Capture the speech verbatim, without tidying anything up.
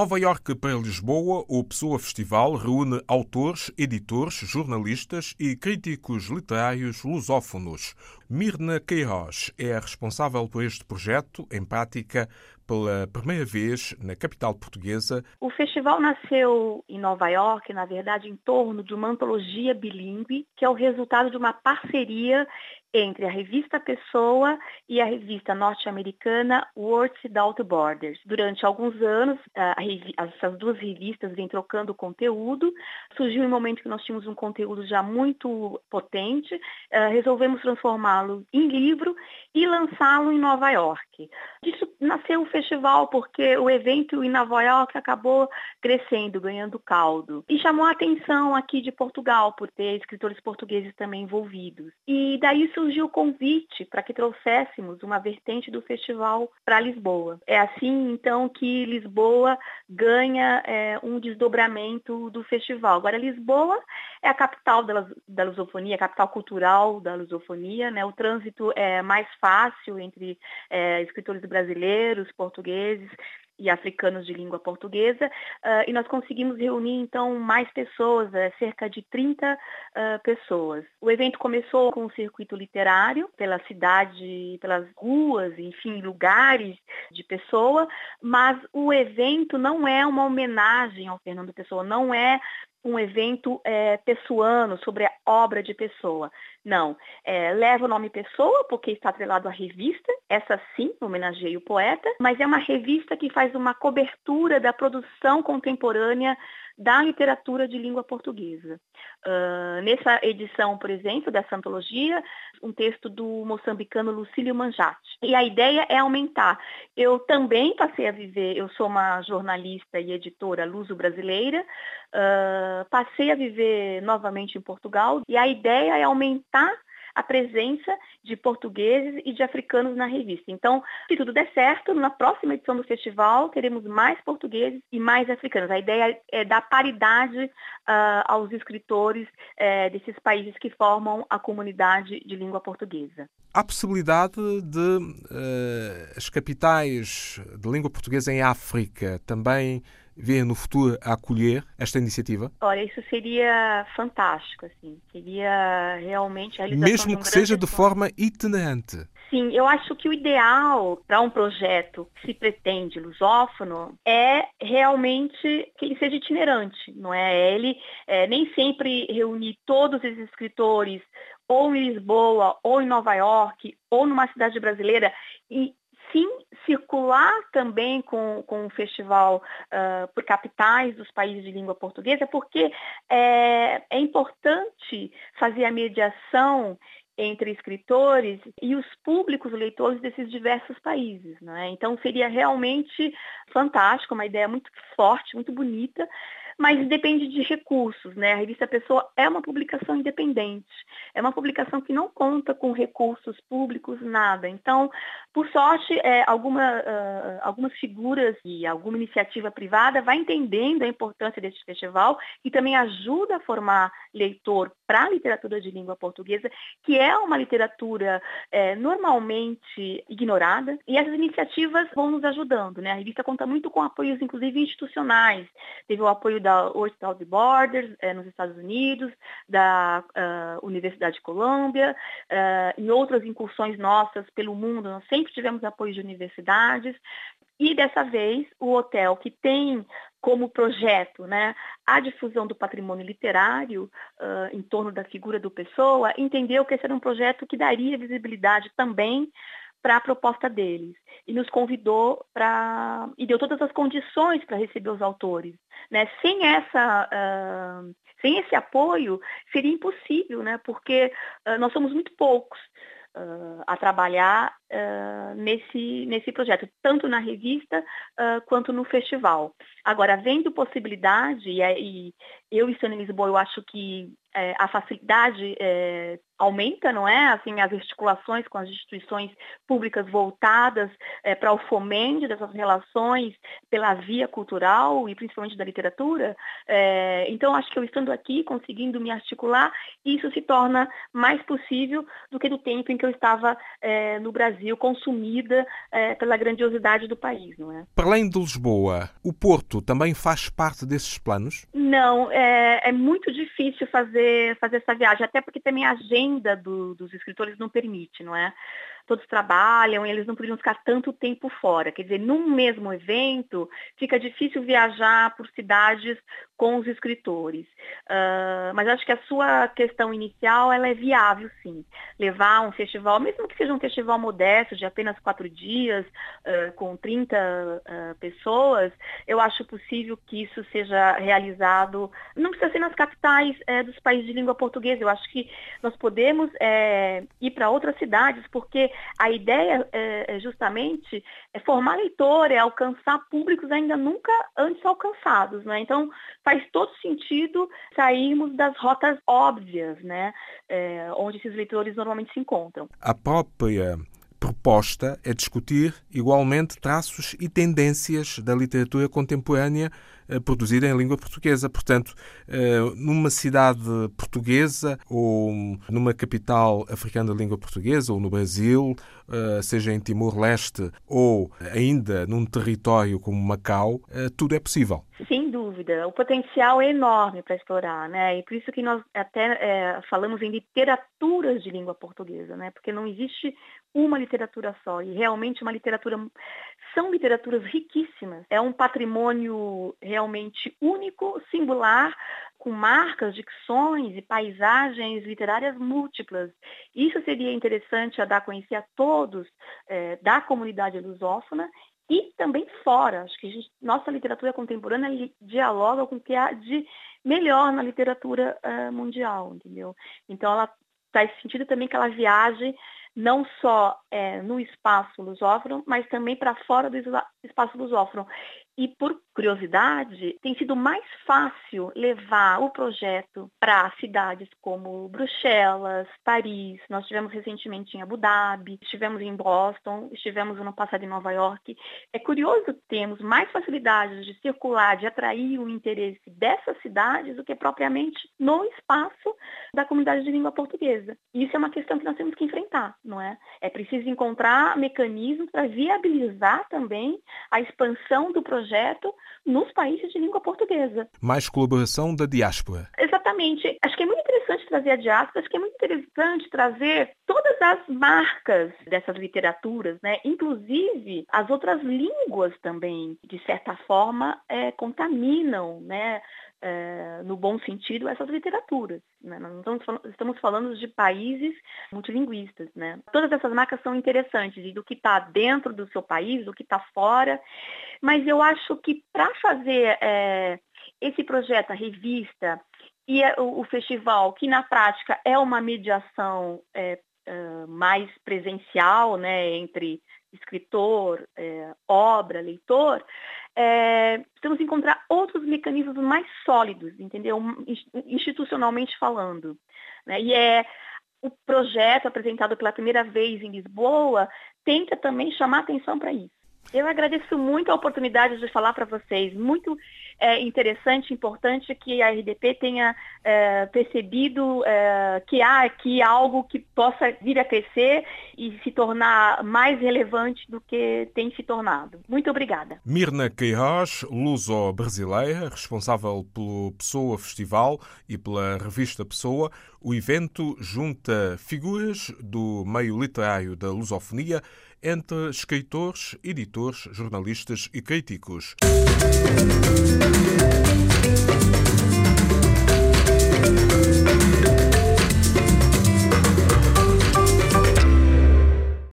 Nova Iorque para Lisboa, o Pessoa Festival reúne autores, editores, jornalistas e críticos literários lusófonos. Mirna Queiroz é a responsável por este projeto, em prática, pela primeira vez na capital portuguesa. O festival nasceu em Nova Iorque, na verdade, em torno de uma antologia bilíngue, que é o resultado de uma parceria entre a revista Pessoa e a revista norte-americana Words Without Borders. Durante alguns anos, essas duas revistas vêm trocando conteúdo. Surgiu um momento que nós tínhamos um conteúdo já muito potente, resolvemos transformá-lo em livro e lançá-lo em Nova Iorque. Disso nasceu o festival porque o evento em Nova Iorque acabou crescendo, ganhando caldo. E chamou a atenção aqui de Portugal, por ter escritores portugueses também envolvidos. E daí surgiu o convite para que trouxéssemos uma vertente do festival para Lisboa. É assim, então, que Lisboa ganha é, um desdobramento do festival. Agora, Lisboa é a capital da, da lusofonia, a capital cultural da lusofonia, né? O trânsito é mais fácil entre é, escritores brasileiros, portugueses e africanos de língua portuguesa, uh, e nós conseguimos reunir, então, mais pessoas, uh, cerca de trinta uh, pessoas. O evento começou com um circuito literário, pela cidade, pelas ruas, enfim, lugares de Pessoa, mas o evento não é uma homenagem ao Fernando Pessoa, não é um evento é, pessoano, sobre a obra de Pessoa. Não, é, leva o nome Pessoa, porque está atrelado à revista, essa sim, homenageia o poeta, mas é uma revista que faz uma cobertura da produção contemporânea da literatura de língua portuguesa. Uh, nessa edição, por exemplo, dessa antologia, um texto do moçambicano Lucílio Manjate. E a ideia é aumentar. Eu também passei a viver, eu sou uma jornalista e editora luso-brasileira, uh, passei a viver novamente em Portugal, e a ideia é aumentar a presença de portugueses e de africanos na revista. Então, se tudo der certo, na próxima edição do festival teremos mais portugueses e mais africanos. A ideia é dar paridade uh, aos escritores uh, desses países que formam a comunidade de língua portuguesa. Há possibilidade de uh, as capitais de língua portuguesa em África também vir no futuro a acolher esta iniciativa? Olha, isso seria fantástico, assim. Seria realmente a realização Mesmo de um que seja de sonho. forma itinerante. Sim, eu acho que o ideal para um projeto que se pretende lusófono é realmente que ele seja itinerante, não é? Ele é, nem sempre reunir todos esses escritores ou em Lisboa, ou em Nova Iorque, ou numa cidade brasileira, e sim circular também com, com o festival uh, por capitais dos países de língua portuguesa, porque é, é importante fazer a mediação entre escritores e os públicos leitores desses diversos países, né? Então seria realmente fantástico, uma ideia muito forte, muito bonita, mas depende de recursos, né? A revista Pessoa é uma publicação independente, é uma publicação que não conta com recursos públicos, nada. Então, por sorte, é, alguma, uh, algumas figuras e alguma iniciativa privada vai entendendo a importância desse festival e também ajuda a formar leitor para a literatura de língua portuguesa, que é uma literatura é, normalmente ignorada, e essas iniciativas vão nos ajudando, né? A revista conta muito com apoios, inclusive, institucionais. Teve o apoio da Words Without Borders, é, nos Estados Unidos, da uh, Universidade de Colômbia, uh, em outras incursões nossas pelo mundo, nós sempre tivemos apoio de universidades. E dessa vez, o hotel, que tem como projeto, né, a difusão do patrimônio literário uh, em torno da figura do Pessoa, entendeu que esse era um projeto que daria visibilidade também para a proposta deles. E nos convidou para... e deu todas as condições para receber os autores, né? Sem essa... Uh, sem esse apoio, seria impossível, né? Porque uh, nós somos muito poucos Uh, a trabalhar uh, nesse, nesse projeto, tanto na revista uh, quanto no festival. Agora, vendo possibilidade, e, e eu estando em Lisboa, eu acho que é, a facilidade é, aumenta, não é? Assim, as articulações com as instituições públicas voltadas é, para o fomento dessas relações pela via cultural e principalmente da literatura. É, então, acho que eu estando aqui, conseguindo me articular, isso se torna mais possível do que do tempo em que eu estava é, no Brasil. Brasil consumida é, pela grandiosidade do país, não é? Para além de Lisboa, o Porto também faz parte desses planos? Não, é, é muito difícil fazer, fazer essa viagem, até porque também a agenda do, dos escritores não permite, não é? Todos trabalham e eles não podiam ficar tanto tempo fora. Quer dizer, num mesmo evento, fica difícil viajar por cidades com os escritores. Uh, mas acho que a sua questão inicial, ela é viável, sim. Levar um festival, mesmo que seja um festival modesto, de apenas quatro dias, uh, com trinta uh, pessoas, eu acho possível que isso seja realizado. Não precisa ser nas capitais uh, dos países de língua portuguesa. Eu acho que nós podemos uh, ir para outras cidades, porque a ideia é, é justamente é formar leitor, é alcançar públicos ainda nunca antes alcançados, né? Então, faz todo sentido sairmos das rotas óbvias, né? É, onde esses leitores normalmente se encontram. A própria proposta é discutir igualmente traços e tendências da literatura contemporânea produzida em língua portuguesa. Portanto, numa cidade portuguesa ou numa capital africana de língua portuguesa, ou no Brasil, seja em Timor-Leste ou ainda num território como Macau, tudo é possível. Sem dúvida. O potencial é enorme para explorar, né? E por isso que nós até é, falamos em literaturas de língua portuguesa, né? Porque não existe uma literatura só. E realmente uma literatura... São literaturas riquíssimas. É um patrimônio realmente único, singular, com marcas, dicções e paisagens literárias múltiplas. Isso seria interessante a dar a conhecer a todos é, da comunidade lusófona e também fora. Acho que a gente, nossa literatura contemporânea dialoga com o que há de melhor na literatura uh, mundial, entendeu? Então, ela faz sentido também que ela viaje não só é, no espaço lusófono, mas também para fora do espaço lusófono. E, por curiosidade, tem sido mais fácil levar o projeto para cidades como Bruxelas, Paris. Nós estivemos recentemente em Abu Dhabi, estivemos em Boston, estivemos no passado em Nova York. É curioso que temos mais facilidades de circular, de atrair o interesse dessas cidades do que propriamente no espaço da comunidade de língua portuguesa. E isso é uma questão que nós temos que enfrentar, não é? É preciso encontrar mecanismos para viabilizar também a expansão do projeto nos países de língua portuguesa. Mais colaboração da diáspora. Exatamente. Acho que é muito interessante trazer a diáspora, acho que é muito interessante trazer todas as marcas dessas literaturas, né? Inclusive as outras línguas também, de certa forma, é, contaminam, né? É, no bom sentido, essas literaturas. Né? Nós estamos falando, estamos falando de países multilinguistas. Né? Todas essas marcas são interessantes, e do que está dentro do seu país, do que está fora, mas eu acho que para fazer é, esse projeto, a revista e o, o festival, que na prática é uma mediação é, é, mais presencial, né, entre escritor, é, obra, leitor, é, precisamos encontrar outros mecanismos mais sólidos, entendeu? Institucionalmente falando. Né? E é, o projeto apresentado pela primeira vez em Lisboa tenta também chamar atenção para isso. Eu agradeço muito a oportunidade de falar para vocês. Muito é, interessante, importante que a R D P tenha é, percebido é, que há aqui algo que possa vir a crescer e se tornar mais relevante do que tem se tornado. Muito obrigada. Mirna Queiroz, luso-brasileira, responsável pelo Pessoa Festival e pela revista Pessoa. O evento junta figuras do meio literário da lusofonia entre escritores, editores, jornalistas e críticos.